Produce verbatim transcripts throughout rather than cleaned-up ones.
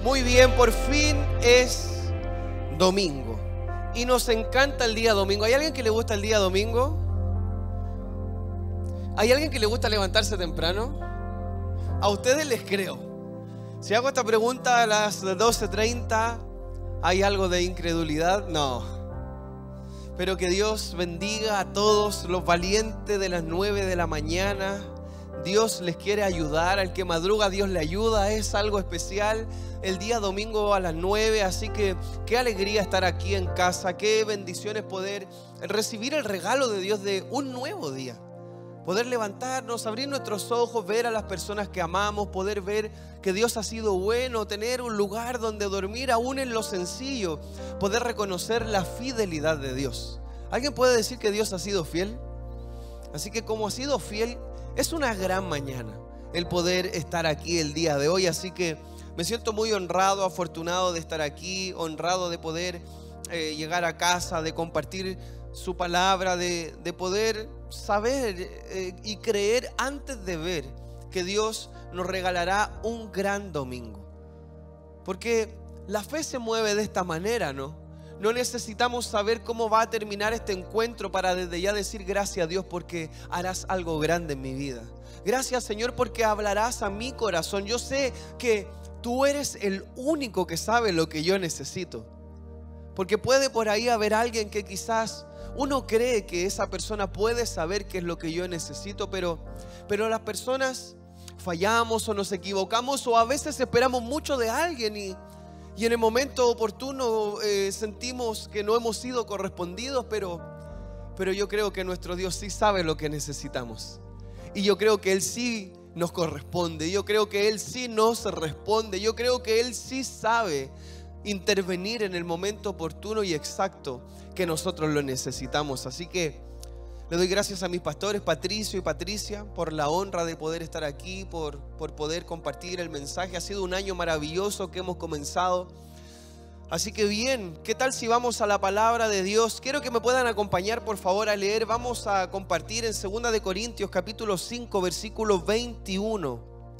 Muy bien, por fin es domingo y nos encanta el día domingo. ¿Hay alguien que le gusta el día domingo? ¿Hay alguien que le gusta levantarse temprano? A ustedes les creo. Si hago esta pregunta a las doce treinta, ¿hay algo de incredulidad? No. Pero que Dios bendiga a todos los valientes de las nueve de la mañana. Dios les quiere ayudar, al que madruga Dios le ayuda, es algo especial el día domingo a las nueve, así que qué alegría estar aquí en casa, qué bendiciones poder recibir el regalo de Dios de un nuevo día, poder levantarnos, abrir nuestros ojos, ver a las personas que amamos, poder ver que Dios ha sido bueno, tener un lugar donde dormir aún en lo sencillo, poder reconocer la fidelidad de Dios. ¿Alguien puede decir que Dios ha sido fiel? Así que como ha sido fiel, es una gran mañana el poder estar aquí el día de hoy, así que me siento muy honrado, afortunado de estar aquí, honrado de poder eh, llegar a casa, de compartir su palabra, de, de poder saber eh, y creer antes de ver que Dios nos regalará un gran domingo. Porque la fe se mueve de esta manera, ¿no? No necesitamos saber cómo va a terminar este encuentro para desde ya decir gracias a Dios porque harás algo grande en mi vida. Gracias, Señor, porque hablarás a mi corazón. Yo sé que tú eres el único que sabe lo que yo necesito. Porque puede por ahí haber alguien que quizás uno cree que esa persona puede saber qué es lo que yo necesito, pero, pero las personas fallamos o nos equivocamos o a veces esperamos mucho de alguien y, y en el momento oportuno eh, sentimos que no hemos sido correspondidos, pero, pero yo creo que nuestro Dios sí sabe lo que necesitamos. Y yo creo que Él sí nos corresponde, yo creo que Él sí nos responde, yo creo que Él sí sabe intervenir en el momento oportuno y exacto que nosotros lo necesitamos. Así que le doy gracias a mis pastores Patricio y Patricia por la honra de poder estar aquí, por, por poder compartir el mensaje. Ha sido un año maravilloso que hemos comenzado. Así que bien, ¿qué tal si vamos a la palabra de Dios? Quiero que me puedan acompañar por favor a leer. Vamos a compartir en segunda de Corintios capítulo cinco versículo veintiuno.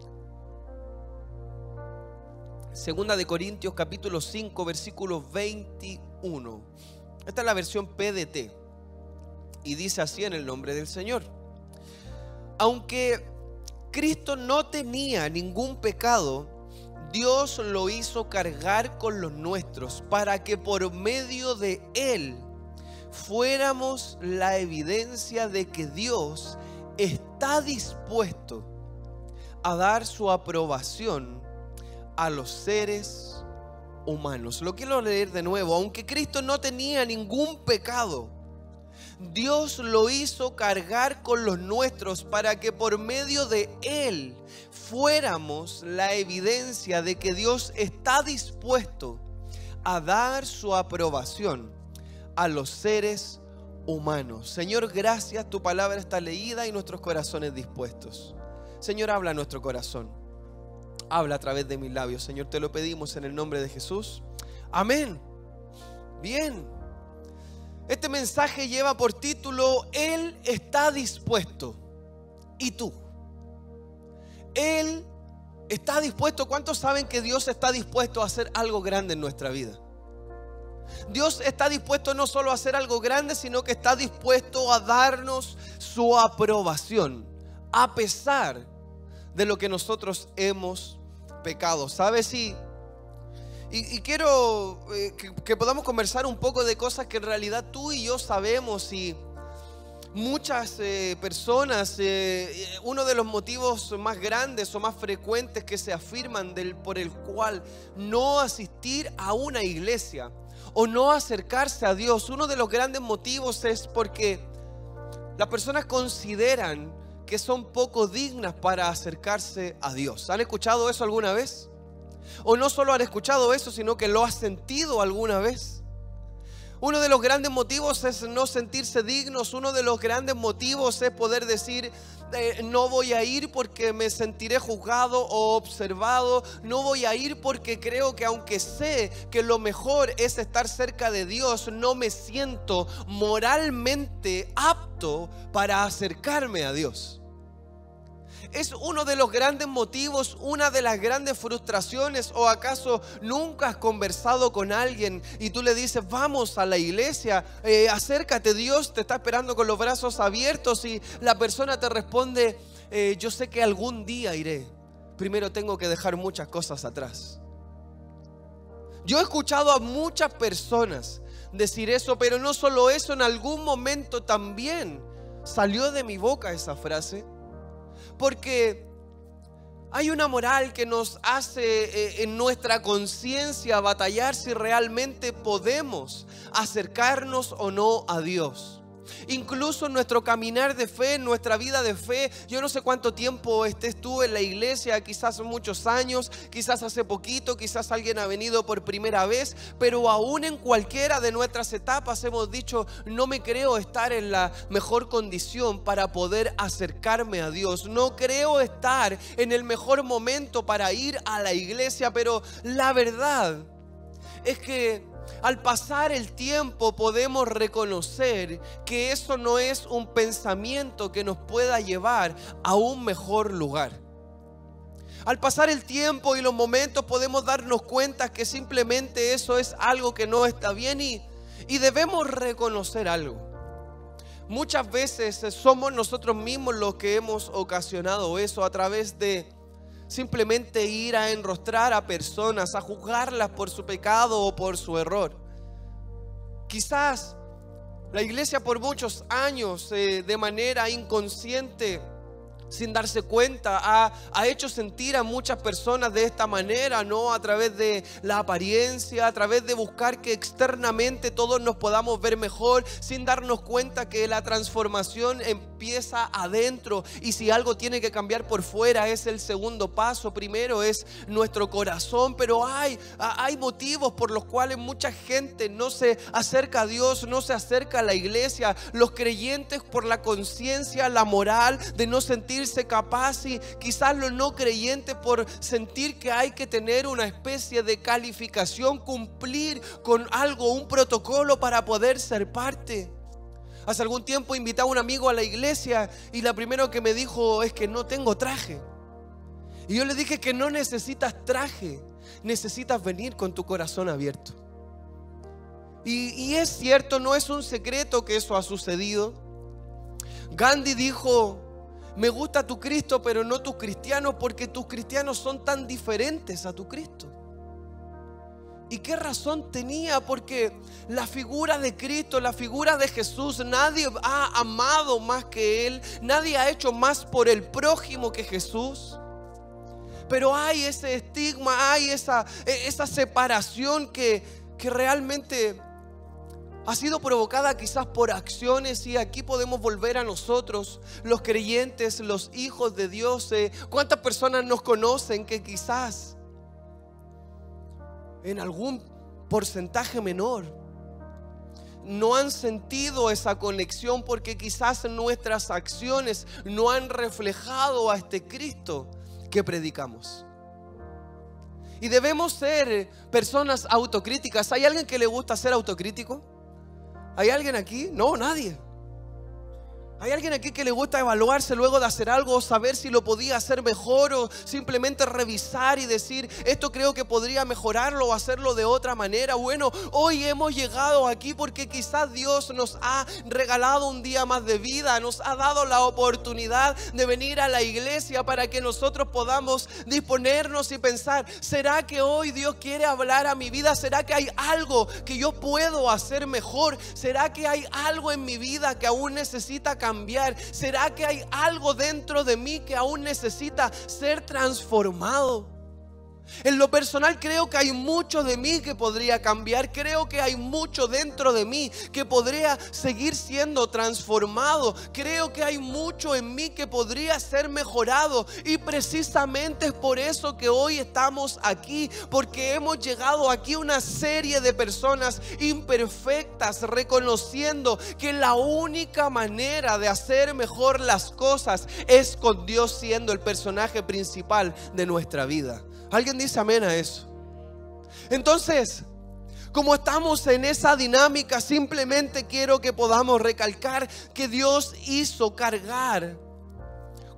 Segunda de Corintios capítulo cinco versículo veintiuno. Esta es la versión P D T y dice así en el nombre del Señor: aunque Cristo no tenía ningún pecado, Dios lo hizo cargar con los nuestros para que por medio de Él fuéramos la evidencia de que Dios está dispuesto a dar su aprobación a los seres humanos. Lo quiero leer de nuevo. Aunque Cristo no tenía ningún pecado, Dios lo hizo cargar con los nuestros para que por medio de Él fuéramos la evidencia de que Dios está dispuesto a dar su aprobación a los seres humanos. Señor, gracias, tu palabra está leída y nuestros corazones dispuestos. Señor, habla a nuestro corazón. Habla a través de mis labios, Señor, te lo pedimos en el nombre de Jesús. Amén. Bien. Este mensaje lleva por título: Él está dispuesto. ¿Y tú? Él está dispuesto. ¿Cuántos saben que Dios está dispuesto a hacer algo grande en nuestra vida? Dios está dispuesto no solo a hacer algo grande, sino que está dispuesto a darnos su aprobación, a pesar de lo que nosotros hemos pecado. ¿Sabes? Y, y, y quiero eh, que, que podamos conversar un poco de cosas que en realidad tú y yo sabemos. Y muchas eh, personas, eh, uno de los motivos más grandes o más frecuentes que se afirman del, por el cual no asistir a una iglesia o no acercarse a Dios, uno de los grandes motivos es porque las personas consideran que son poco dignas para acercarse a Dios. ¿Han escuchado eso alguna vez? O no solo han escuchado eso, sino que lo has sentido alguna vez. Uno de los grandes motivos es no sentirse dignos. Uno de los grandes motivos es poder decir eh, no voy a ir porque me sentiré juzgado o observado. No voy a ir porque creo que aunque sé que lo mejor es estar cerca de Dios, no me siento moralmente apto para acercarme a Dios. es uno de los grandes motivos, una de las grandes frustraciones. ¿O acaso nunca has conversado con alguien y tú le dices, vamos a la iglesia, eh, acércate, Dios te está esperando con los brazos abiertos, y la persona te responde, eh, yo sé que algún día iré, primero tengo que dejar muchas cosas atrás? Yo he escuchado a muchas personas decir eso, pero no solo eso, en algún momento también salió de mi boca esa frase, porque hay una moral que nos hace eh, en nuestra conciencia batallar si realmente podemos acercarnos o no a Dios. Incluso en nuestro caminar de fe, en nuestra vida de fe, yo no sé cuánto tiempo estés tú en la iglesia, quizás muchos años, quizás hace poquito, quizás alguien ha venido por primera vez, pero aún en cualquiera de nuestras etapas hemos dicho, no me creo estar en la mejor condición para poder acercarme a Dios, no creo estar en el mejor momento para ir a la iglesia. Pero la verdad es que al pasar el tiempo podemos reconocer que eso no es un pensamiento que nos pueda llevar a un mejor lugar. Al pasar el tiempo y los momentos podemos darnos cuenta que simplemente eso es algo que no está bien, y, y debemos reconocer algo. Muchas veces somos nosotros mismos los que hemos ocasionado eso a través de simplemente ir a enrostrar a personas, a juzgarlas por su pecado o por su error. Quizás la iglesia por muchos años eh, de manera inconsciente, sin darse cuenta, ha, ha hecho sentir a muchas personas de esta manera, ¿no? A través de la apariencia, a través de buscar que externamente todos nos podamos ver mejor, sin darnos cuenta que la transformación empieza adentro, y si algo tiene que cambiar por fuera es el segundo paso. Primero es nuestro corazón, pero hay, hay motivos por los cuales mucha gente no se acerca a Dios, no se acerca a la iglesia. Los creyentes por la conciencia, la moral de no sentir capaz, y quizás los no creyentes por sentir que hay que tener una especie de calificación, cumplir con algo, un protocolo para poder ser parte. Hace algún tiempo invitaba a un amigo a la iglesia y lo primero que me dijo es que no tengo traje. Y yo le dije que no necesitas traje, necesitas venir con tu corazón abierto. Y, y es cierto, no es un secreto que eso ha sucedido. Gandhi dijo, me gusta tu Cristo, pero no tus cristianos, porque tus cristianos son tan diferentes a tu Cristo. ¿Y qué razón tenía? Porque la figura de Cristo, la figura de Jesús, nadie ha amado más que Él, nadie ha hecho más por el prójimo que Jesús. Pero hay ese estigma, hay esa, esa separación que, que realmente ha sido provocada quizás por acciones, y aquí podemos volver a nosotros, los creyentes, los hijos de Dios. Eh, ¿Cuántas personas nos conocen que quizás en algún porcentaje menor no han sentido esa conexión porque quizás nuestras acciones no han reflejado a este Cristo que predicamos? Y debemos ser personas autocríticas. ¿Hay alguien que le gusta ser autocrítico? ¿Hay alguien aquí? No, nadie. ¿Hay alguien aquí que le gusta evaluarse luego de hacer algo, saber si lo podía hacer mejor, o simplemente revisar y decir, esto creo que podría mejorarlo o hacerlo de otra manera? Bueno, hoy hemos llegado aquí porque quizás Dios nos ha regalado un día más de vida, nos ha dado la oportunidad de venir a la iglesia para que nosotros podamos disponernos y pensar, ¿será que hoy Dios quiere hablar a mi vida? ¿Será que hay algo que yo puedo hacer mejor? ¿Será que hay algo en mi vida que aún necesita cambiar? cambiar? ¿Será que hay algo dentro de mí que aún necesita ser transformado? En lo personal creo que hay mucho de mí que podría cambiar. Creo que hay mucho dentro de mí que podría seguir siendo transformado. Creo que hay mucho en mí que podría ser mejorado. Y precisamente es por eso que hoy estamos aquí, porque hemos llegado aquí una serie de personas imperfectas, reconociendo que la única manera de hacer mejor las cosas es con Dios siendo el personaje principal de nuestra vida. ¿Alguien dice amén a eso? Entonces, como estamos en esa dinámica, simplemente quiero que podamos recalcar que Dios hizo cargar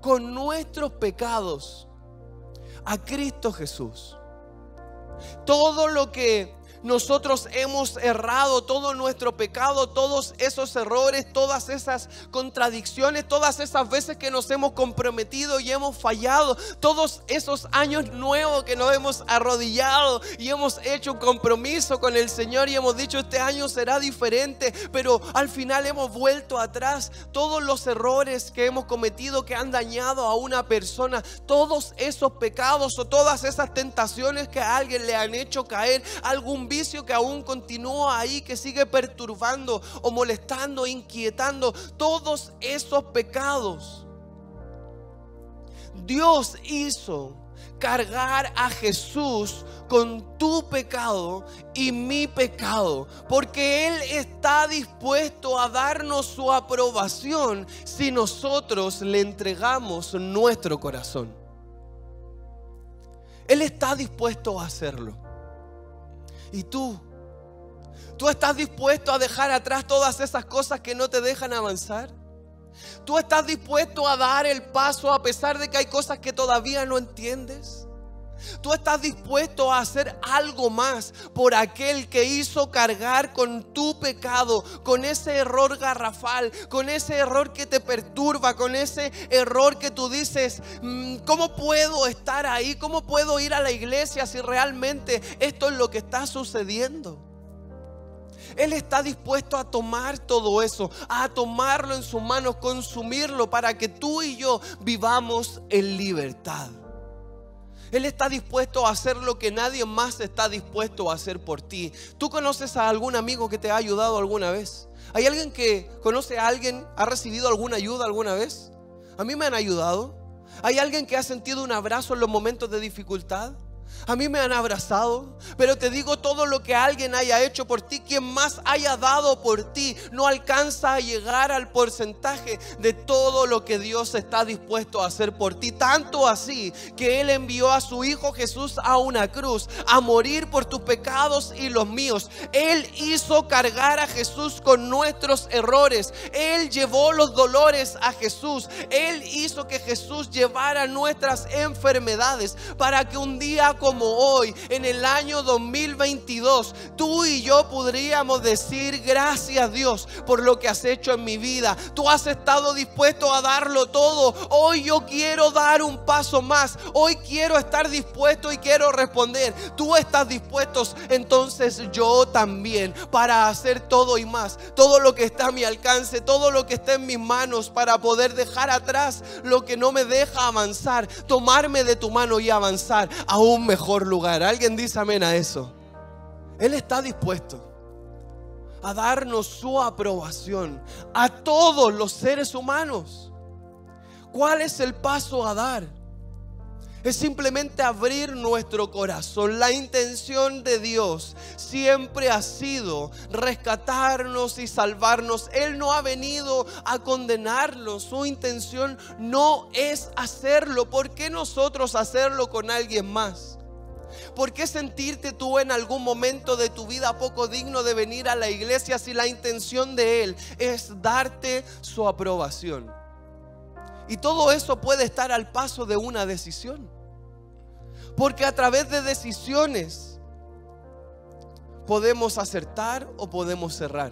con nuestros pecados a Cristo Jesús. Todo lo que nosotros hemos errado, todo nuestro pecado, todos esos errores, todas esas contradicciones, todas esas veces que nos hemos comprometido y hemos fallado, todos esos años nuevos que nos hemos arrodillado y hemos hecho un compromiso con el Señor y hemos dicho este año será diferente, pero al final hemos vuelto atrás. Todos los errores que hemos cometido que han dañado a una persona, todos esos pecados o todas esas tentaciones que a alguien le han hecho caer, algún vicio que aún continúa ahí, que sigue perturbando o molestando, inquietando, todos esos pecados, Dios hizo cargar a Jesús con tu pecado y mi pecado, porque Él está dispuesto a darnos su aprobación si nosotros le entregamos nuestro corazón. Él está dispuesto a hacerlo. ¿Y tú? ¿Tú estás dispuesto a dejar atrás todas esas cosas que no te dejan avanzar? ¿Tú estás dispuesto a dar el paso a pesar de que hay cosas que todavía no entiendes? ¿Tú estás dispuesto a hacer algo más por aquel que hizo cargar con tu pecado, con ese error garrafal, con ese error que te perturba, con ese error que tú dices, ¿cómo puedo estar ahí? ¿Cómo puedo ir a la iglesia si realmente esto es lo que está sucediendo? Él está dispuesto a tomar todo eso, a tomarlo en sus manos, consumirlo para que tú y yo vivamos en libertad. Él está dispuesto a hacer lo que nadie más está dispuesto a hacer por ti. ¿Tú conoces a algún amigo que te ha ayudado alguna vez? ¿Hay alguien que conoce a alguien, ha recibido alguna ayuda alguna vez? A mí me han ayudado. ¿Hay alguien que ha sentido un abrazo en los momentos de dificultad? A mí me han abrazado, pero te digo, todo lo que alguien haya hecho por ti, quien más haya dado por ti, no alcanza a llegar al porcentaje de todo lo que Dios está dispuesto a hacer por ti. Tanto así que Él envió a su Hijo Jesús a una cruz a morir por tus pecados y los míos. Él hizo cargar a Jesús con nuestros errores. Él llevó los dolores a Jesús. Él hizo que Jesús llevara nuestras enfermedades para que un día como hoy, en el año dos mil veintidós, tú y yo podríamos decir: gracias Dios por lo que has hecho en mi vida. Tú has estado dispuesto a darlo todo. Hoy yo quiero dar un paso más. Hoy quiero estar dispuesto y quiero responder. Tú estás dispuesto, entonces yo también, para hacer todo y más, todo lo que está a mi alcance, todo lo que está en mis manos, para poder dejar atrás lo que no me deja avanzar, tomarme de tu mano y avanzar a un mejor lugar. ¿Alguien dice amén a eso? Él está dispuesto a darnos su aprobación a todos los seres humanos. ¿Cuál es el paso a dar? Es simplemente abrir nuestro corazón. La intención de Dios siempre ha sido rescatarnos y salvarnos. Él no ha venido a condenarnos. Su intención no es hacerlo. ¿Por qué nosotros hacerlo con alguien más? ¿Por qué sentirte tú en algún momento de tu vida poco digno de venir a la iglesia si la intención de Él es darte su aprobación? Y todo eso puede estar al paso de una decisión. Porque a través de decisiones podemos acertar o podemos cerrar.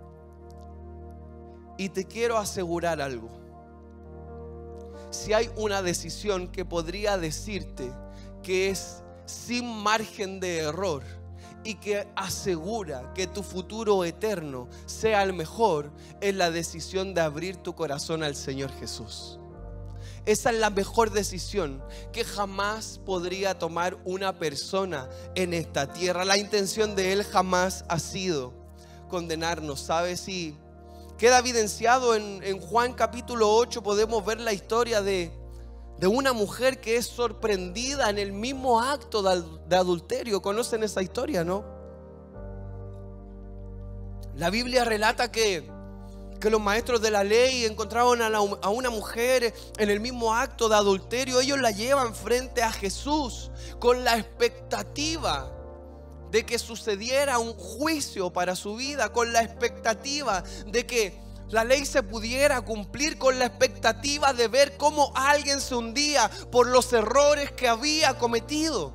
Y te quiero asegurar algo. Si hay una decisión que podría decirte que es sin margen de error y que asegura que tu futuro eterno sea el mejor, es la decisión de abrir tu corazón al Señor Jesús. Esa es la mejor decisión que jamás podría tomar una persona en esta tierra. La intención de Él jamás ha sido condenarnos, ¿sabes? Y queda evidenciado en, en Juan capítulo ocho, podemos ver la historia de, de una mujer que es sorprendida en el mismo acto de, de adulterio. ¿Conocen esa historia, no? La Biblia relata que que los maestros de la ley encontraban a, la, a una mujer en el mismo acto de adulterio. Ellos la llevan frente a Jesús con la expectativa de que sucediera un juicio para su vida, con la expectativa de que la ley se pudiera cumplir con la expectativa de ver cómo alguien se hundía por los errores que había cometido.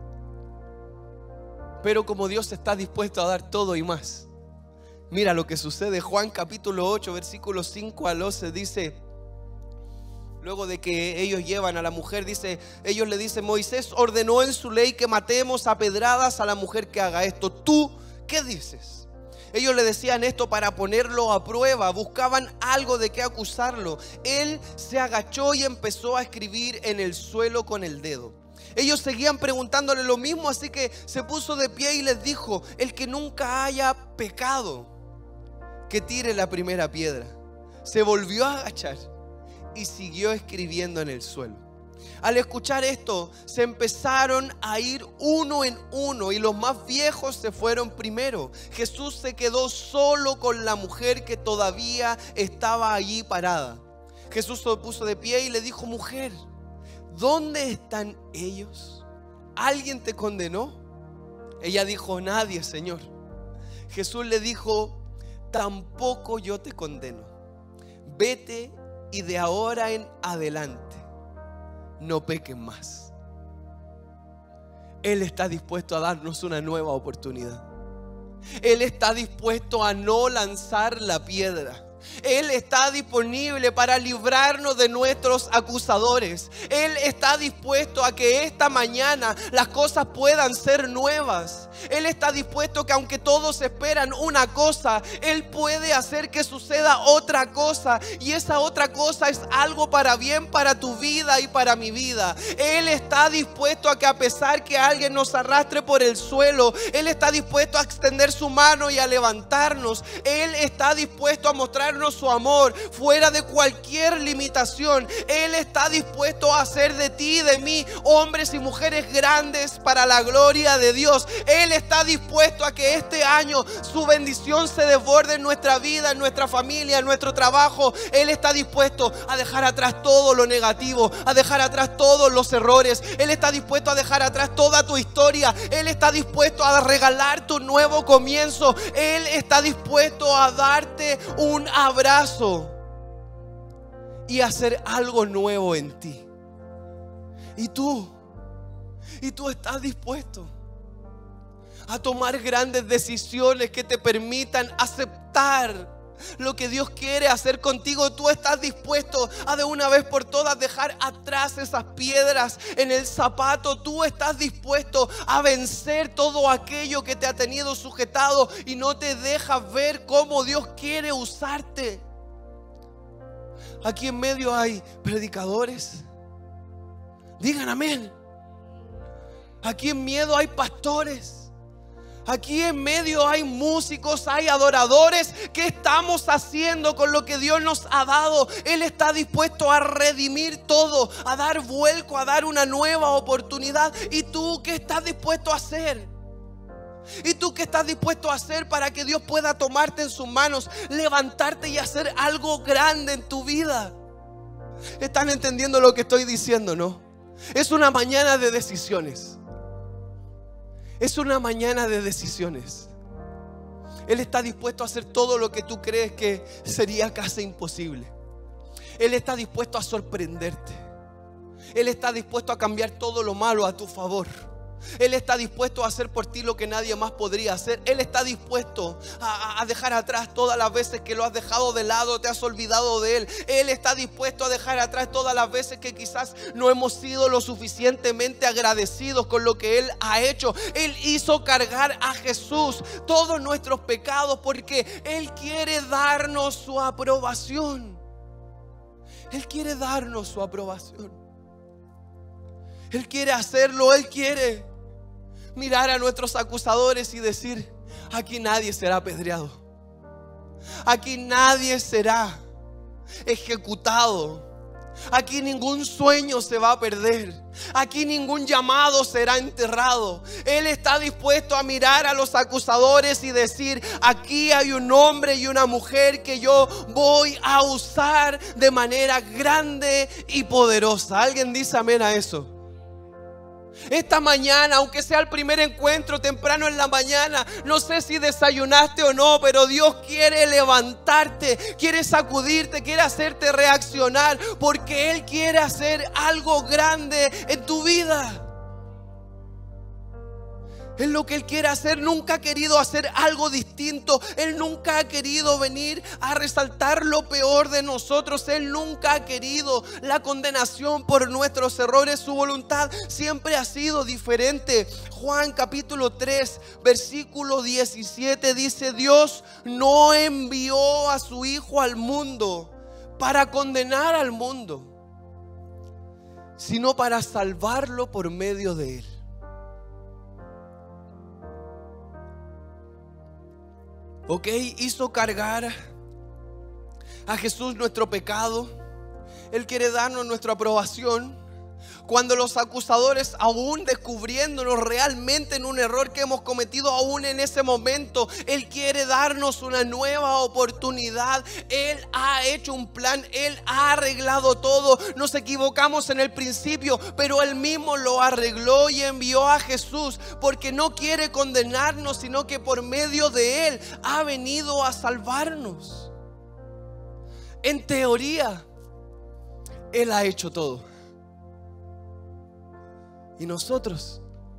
Pero como Dios está dispuesto a dar todo y más, mira lo que sucede. Juan capítulo ocho, versículos cinco al once dice: luego de que ellos llevan a la mujer, dice, ellos le dicen: Moisés ordenó en su ley que matemos a pedradas a la mujer que haga esto. ¿Tú qué dices? Ellos le decían esto para ponerlo a prueba, buscaban algo de qué acusarlo. Él se agachó y empezó a escribir en el suelo con el dedo. Ellos seguían preguntándole lo mismo, así que se puso de pie y les dijo: el que nunca haya pecado, que tire la primera piedra. Se volvió a agachar y siguió escribiendo en el suelo. Al escuchar esto, se empezaron a ir uno en uno y los más viejos se fueron primero. Jesús se quedó solo con la mujer que todavía estaba allí parada. Jesús se puso de pie y le dijo: mujer, ¿dónde están ellos? ¿Alguien te condenó? Ella dijo: nadie, Señor. Jesús le dijo: tampoco yo te condeno. Vete y de ahora en adelante no peques más. Él está dispuesto a darnos una nueva oportunidad. Él está dispuesto a no lanzar la piedra. Él está disponible para librarnos de nuestros acusadores. Él está dispuesto a que esta mañana las cosas puedan ser nuevas. Él está dispuesto que aunque todos esperan una cosa, Él puede hacer que suceda otra cosa. Y esa otra cosa es algo para bien para tu vida y para mi vida. Él está dispuesto a que a pesar que alguien nos arrastre por el suelo, Él está dispuesto a extender su mano y a levantarnos. Él está dispuesto a mostrar su amor fuera de cualquier limitación. Él está dispuesto a hacer de ti y de mí hombres y mujeres grandes para la gloria de Dios. Él está dispuesto a que este año su bendición se desborde en nuestra vida, en nuestra familia, en nuestro trabajo. Él está dispuesto a dejar atrás todo lo negativo, a dejar atrás todos los errores. Él está dispuesto a dejar atrás toda tu historia. Él está dispuesto a regalar tu nuevo comienzo. Él está dispuesto a darte un abrazo y hacer algo nuevo en ti. Y tú, y tú estás dispuesto a tomar grandes decisiones que te permitan aceptar lo que Dios quiere hacer contigo. Tú estás dispuesto a de una vez por todas dejar atrás esas piedras en el zapato. Tú estás dispuesto a vencer todo aquello que te ha tenido sujetado y no te dejas ver cómo Dios quiere usarte. Aquí en medio hay predicadores. Digan amén. Aquí en medio hay pastores. Aquí en medio hay músicos, hay adoradores. ¿Qué estamos haciendo con lo que Dios nos ha dado? Él está dispuesto a redimir todo, a dar vuelco, a dar una nueva oportunidad. ¿Y tú qué estás dispuesto a hacer? ¿Y tú qué estás dispuesto a hacer para que Dios pueda tomarte en sus manos, levantarte y hacer algo grande en tu vida? ¿Están entendiendo lo que estoy diciendo, no? Es una mañana de decisiones. Es una mañana de decisiones. Él está dispuesto a hacer todo lo que tú crees que sería casi imposible. Él está dispuesto a sorprenderte. Él está dispuesto a cambiar todo lo malo a tu favor. Él está dispuesto a hacer por ti lo que nadie más podría hacer. Él está dispuesto a, a dejar atrás todas las veces que lo has dejado de lado, te has olvidado de Él. Él está dispuesto a dejar atrás todas las veces que quizás no hemos sido lo suficientemente agradecidos con lo que Él ha hecho. Él hizo cargar a Jesús todos nuestros pecados porque Él quiere darnos su aprobación. Él quiere darnos su aprobación. Él quiere hacerlo, Él quiere mirar a nuestros acusadores y decir: aquí nadie será apedreado, aquí nadie será ejecutado, aquí ningún sueño se va a perder, aquí ningún llamado será enterrado. Él está dispuesto a mirar a los acusadores y decir: aquí hay un hombre y una mujer que yo voy a usar de manera grande y poderosa. ¿Alguien dice amén a eso? Esta mañana, aunque sea el primer encuentro temprano en la mañana, no sé si desayunaste o no, pero Dios quiere levantarte, quiere sacudirte, quiere hacerte reaccionar, porque Él quiere hacer algo grande en tu vida. Es lo que Él quiere hacer. Nunca ha querido hacer algo distinto. Él nunca ha querido venir a resaltar lo peor de nosotros. Él nunca ha querido la condenación por nuestros errores. Su voluntad siempre ha sido diferente. Juan capítulo tres versículo diecisiete dice: Dios no envió a su Hijo al mundo para condenar al mundo, sino para salvarlo por medio de Él. Ok, hizo cargar a Jesús nuestro pecado. Él quiere darnos nuestra aprobación. Cuando los acusadores, aún descubriéndonos realmente en un error que hemos cometido, aún en ese momento, Él quiere darnos una nueva oportunidad. Él ha hecho un plan, Él ha arreglado todo. Nos equivocamos en el principio, pero Él mismo lo arregló y envió a Jesús, porque no quiere condenarnos, sino que por medio de Él ha venido a salvarnos. En teoría, Él ha hecho todo. Y nosotros,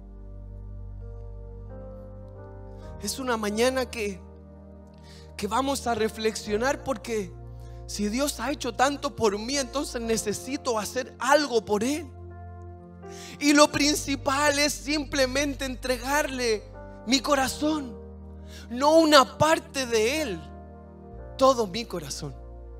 es una mañana que, que vamos a reflexionar, porque si Dios ha hecho tanto por mí, entonces necesito hacer algo por Él. Y lo principal es simplemente entregarle mi corazón, no una parte de Él, todo mi corazón.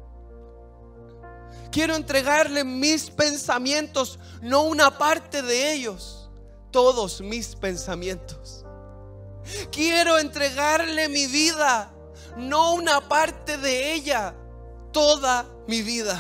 Quiero entregarle mis pensamientos, no una parte de ellos, todos mis pensamientos. Quiero entregarle mi vida, no una parte de ella, toda mi vida.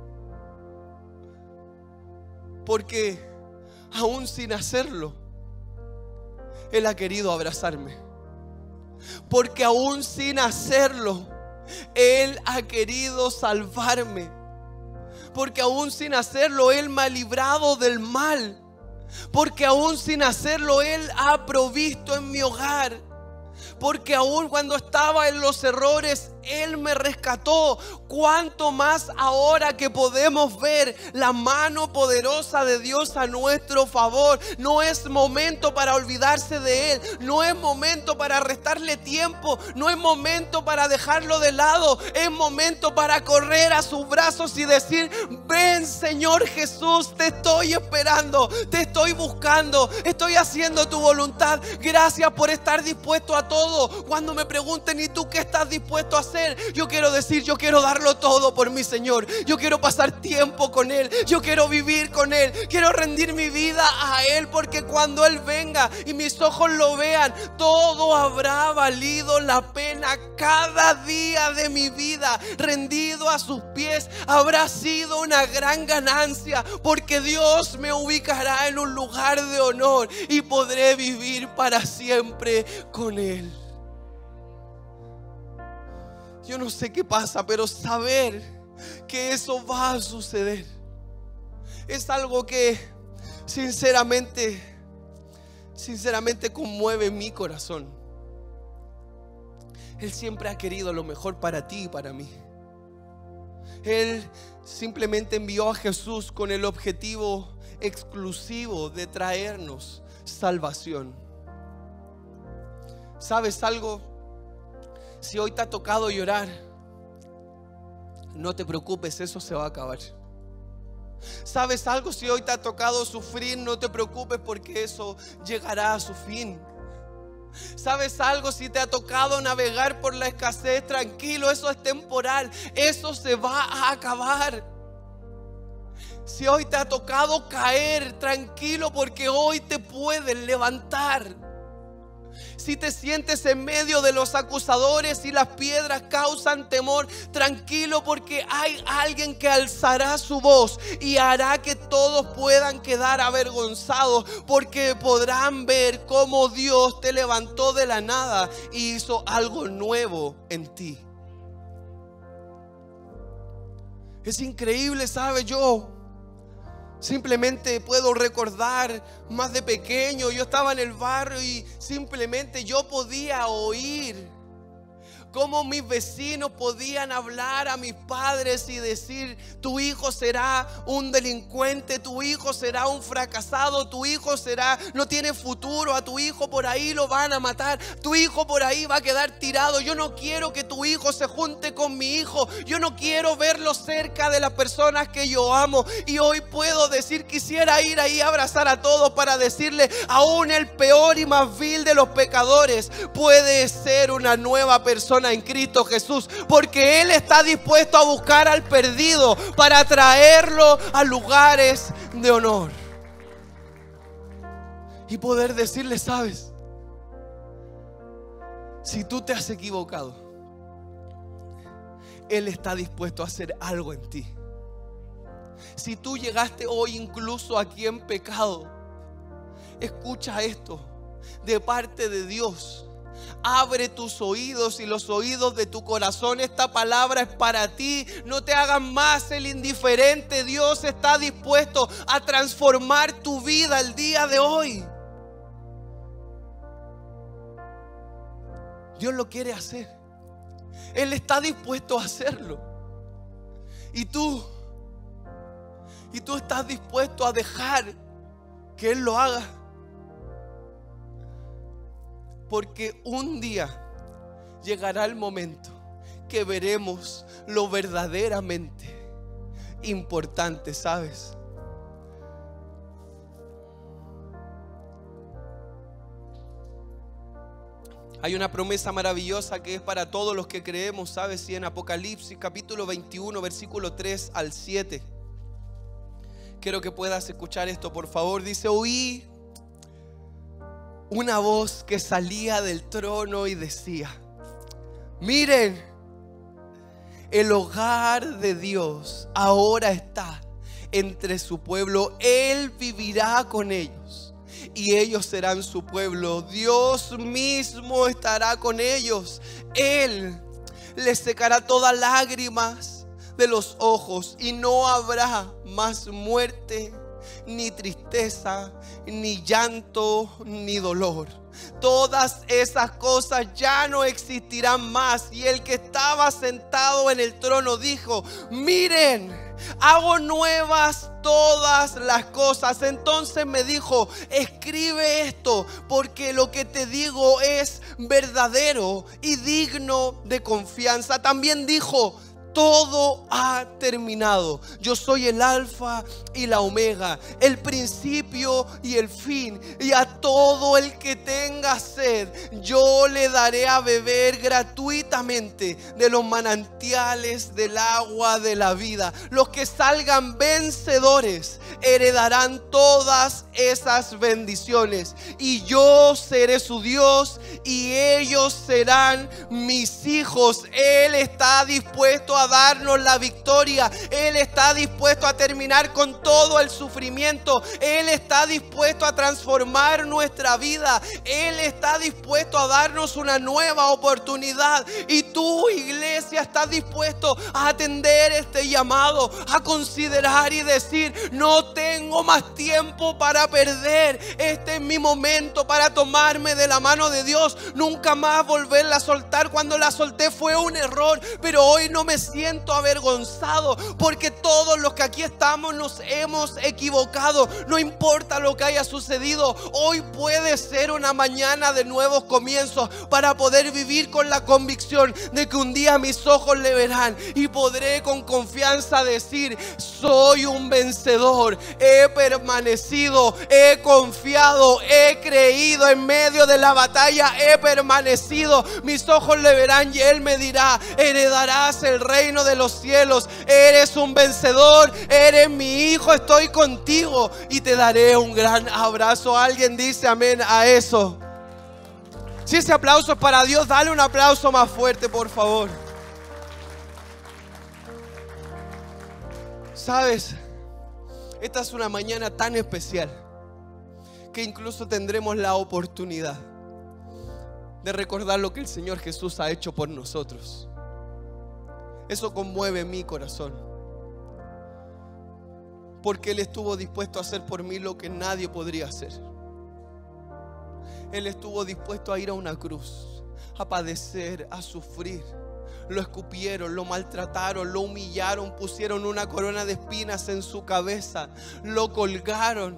Porque aún sin hacerlo, Él ha querido abrazarme. Porque aún sin hacerlo, Él ha querido salvarme. Porque aún sin hacerlo, Él me ha librado del mal. Porque aún sin hacerlo, Él ha provisto en mi hogar. Porque aún cuando estaba en los errores, Él me rescató. Cuánto más ahora que podemos ver la mano poderosa de Dios a nuestro favor. No es momento para olvidarse de Él. No es momento para restarle tiempo. No es momento para dejarlo de lado. Es momento para correr a sus brazos y decir: ven, Señor Jesús, te estoy esperando, te estoy buscando, estoy haciendo tu voluntad. Gracias por estar dispuesto a todo. Cuando me pregunten: ¿y tú qué estás dispuesto a hacer? Yo quiero decir: yo quiero darlo todo por mi Señor. Yo quiero pasar tiempo con Él. Yo quiero vivir con Él. Quiero rendir mi vida a Él, porque cuando Él venga y mis ojos lo vean, todo habrá valido la pena. Cada día de mi vida rendido a sus pies habrá sido una gran ganancia, porque Dios me ubicará en un lugar de honor y podré vivir para siempre con Él. Yo no sé qué pasa, pero saber que eso va a suceder es algo que sinceramente, sinceramente conmueve mi corazón. Él siempre ha querido lo mejor para ti y para mí. Él simplemente envió a Jesús con el objetivo exclusivo de traernos salvación. ¿Sabes algo? Si hoy te ha tocado llorar, no te preocupes, eso se va a acabar. ¿Sabes algo? Si hoy te ha tocado sufrir, no te preocupes, porque eso llegará a su fin. ¿Sabes algo? Si te ha tocado navegar por la escasez, tranquilo, eso es temporal, eso se va a acabar. Si hoy te ha tocado caer, tranquilo, porque hoy te puedes levantar. Si te sientes en medio de los acusadores y las piedras causan temor, tranquilo, porque hay alguien que alzará su voz y hará que todos puedan quedar avergonzados, porque podrán ver cómo Dios te levantó de la nada y hizo algo nuevo en ti. Es increíble, ¿sabes? Yo Simplemente puedo recordar más de pequeño, yo estaba en el barrio y simplemente yo podía oír cómo mis vecinos podían hablar a mis padres y decir: tu hijo será un delincuente, tu hijo será un fracasado, tu hijo será, no tiene futuro, a tu hijo por ahí lo van a matar, tu hijo por ahí va a quedar tirado. Yo no quiero que tu hijo se junte con mi hijo, yo no quiero verlo cerca de las personas que yo amo. Y hoy puedo decir, quisiera ir ahí a abrazar a todos para decirle: aún el peor y más vil de los pecadores puede ser una nueva persona en Cristo Jesús, porque Él está dispuesto a buscar al perdido para traerlo a lugares de honor y poder decirle: sabes, si tú te has equivocado, Él está dispuesto a hacer algo en ti. Si tú llegaste hoy incluso aquí en pecado, escucha esto de parte de Dios. Abre tus oídos y los oídos de tu corazón. Esta palabra es para ti. No te hagan más el indiferente. Dios está dispuesto a transformar tu vida el día de hoy. Dios lo quiere hacer. Él está dispuesto a hacerlo. Y tú, y tú estás dispuesto a dejar que Él lo haga. Porque un día llegará el momento que veremos lo verdaderamente importante, ¿sabes? Hay una promesa maravillosa que es para todos los que creemos, ¿sabes? Y en Apocalipsis capítulo veintiuno, versículo tres al siete. Quiero que puedas escuchar esto, por favor. Dice: oí una voz que salía del trono y decía: miren, el hogar de Dios ahora está entre su pueblo. Él vivirá con ellos y ellos serán su pueblo. Dios mismo estará con ellos. Él les secará todas lágrimas de los ojos y no habrá más muerte, ni tristeza, ni llanto, ni dolor. Todas esas cosas ya no existirán más. Y el que estaba sentado en el trono dijo: miren, hago nuevas todas las cosas. Entonces me dijo: escribe esto, porque lo que te digo es verdadero y digno de confianza. También dijo: todo ha terminado. Yo soy el alfa y la omega, el principio y el fin. Y a todo el que tenga sed, yo le daré a beber gratuitamente de los manantiales del agua de la vida. Los que salgan vencedores heredarán todas esas bendiciones. Y yo seré su Dios y ellos serán mis hijos. Él está dispuesto a darnos la victoria. Él está dispuesto a terminar con todo el sufrimiento. Él está dispuesto a transformar nuestra vida. Él está dispuesto a darnos una nueva oportunidad. Y tú, iglesia, estás dispuesto a atender este llamado, a considerar y decir: no tengo más tiempo para perder. Este es mi momento para tomarme de la mano de Dios, nunca más volverla a soltar. Cuando la solté fue un error, pero hoy no me siento avergonzado, porque todos los que aquí estamos nos hemos equivocado. No importa lo que haya sucedido, hoy puede ser una mañana de nuevos comienzos, para poder vivir con la convicción de que un día mis ojos le verán y podré con confianza decir: soy un vencedor, he permanecido, he confiado, he creído en medio de la batalla, he permanecido. Mis ojos le verán y Él me dirá: heredarás el reino de los cielos, eres un vencedor, eres mi hijo, estoy contigo y te daré un gran abrazo. ¿Alguien dice amén a eso? Si ese aplauso es para Dios, dale un aplauso más fuerte, por favor. ¿Sabes? Esta es una mañana tan especial que incluso tendremos la oportunidad de recordar lo que el Señor Jesús ha hecho por nosotros. Eso conmueve mi corazón, Porque Él estuvo dispuesto a hacer por mí lo que nadie podría hacer. Él estuvo dispuesto a ir a una cruz, a padecer, a sufrir. Lo escupieron, lo maltrataron, lo humillaron, pusieron una corona de espinas en su cabeza, lo colgaron,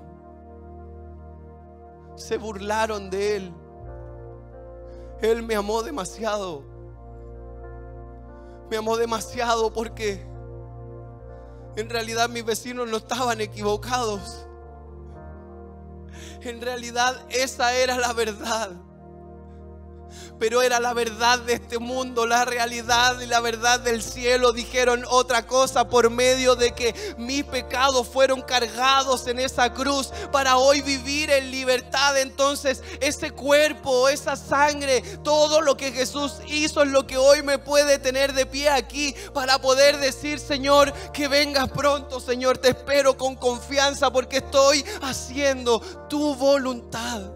se burlaron de Él. Él me amó demasiado. Me amó demasiado porque en realidad mis vecinos no estaban equivocados. En realidad esa era la verdad. Pero era la verdad de este mundo. La realidad y la verdad del cielo dijeron otra cosa por medio de que mis pecados fueron cargados en esa cruz para hoy vivir en libertad. Entonces ese cuerpo, esa sangre, todo lo que Jesús hizo es lo que hoy me puede tener de pie aquí para poder decir: Señor, que vengas pronto. Señor, te espero con confianza porque estoy haciendo tu voluntad.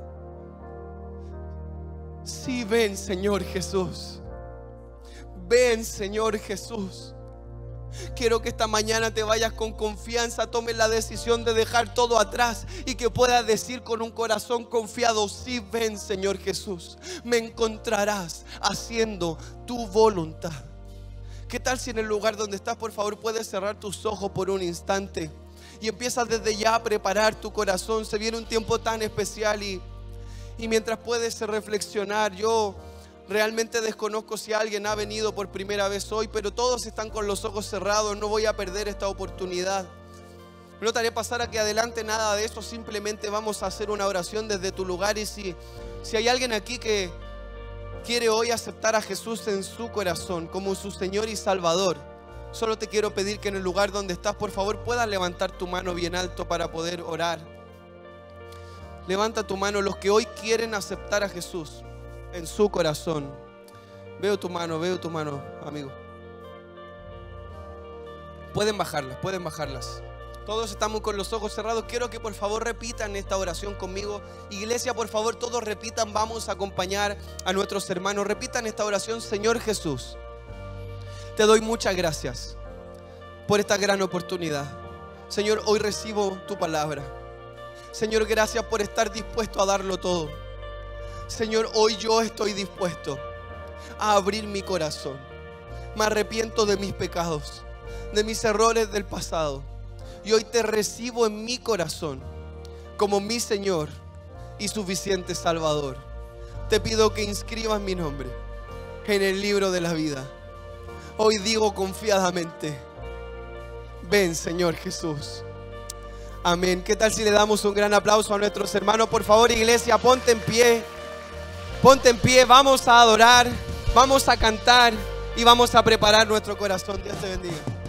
Sí, ven, Señor Jesús. Ven, Señor Jesús. Quiero que esta mañana te vayas con confianza, tomes la decisión de dejar todo atrás y que puedas decir con un corazón confiado: sí, ven, Señor Jesús. Me encontrarás haciendo tu voluntad. ¿Qué tal si en el lugar donde estás, por favor, puedes cerrar tus ojos por un instante y empiezas desde ya a preparar tu corazón? Se viene un tiempo tan especial y Y mientras puedes reflexionar, yo realmente desconozco si alguien ha venido por primera vez hoy, pero todos están con los ojos cerrados. No voy a perder esta oportunidad. No te haré pasar aquí adelante nada de eso. Simplemente vamos a hacer una oración desde tu lugar. Y si, si hay alguien aquí que quiere hoy aceptar a Jesús en su corazón como su Señor y Salvador, solo te quiero pedir que en el lugar donde estás, por favor, puedas levantar tu mano bien alto para poder orar. Levanta tu mano los que hoy quieren aceptar a Jesús en su corazón. Veo tu mano, veo tu mano, amigo. Pueden bajarlas, pueden bajarlas. Todos estamos con los ojos cerrados. Quiero que por favor repitan esta oración conmigo. Iglesia, por favor, todos repitan. Vamos a acompañar a nuestros hermanos. Repitan esta oración. Señor Jesús, te doy muchas gracias por esta gran oportunidad. Señor, hoy recibo tu palabra. Señor, gracias por estar dispuesto a darlo todo. Señor, hoy yo estoy dispuesto a abrir mi corazón. Me arrepiento de mis pecados, de mis errores del pasado. Y hoy te recibo en mi corazón como mi Señor y suficiente Salvador. Te pido que inscribas mi nombre en el libro de la vida. Hoy digo confiadamente: ven, Señor Jesús. Amén. ¿Qué tal si le damos un gran aplauso a nuestros hermanos? Por favor, iglesia, ponte en pie. Ponte en pie. Vamos a adorar, vamos a cantar y vamos a preparar nuestro corazón. Dios te bendiga.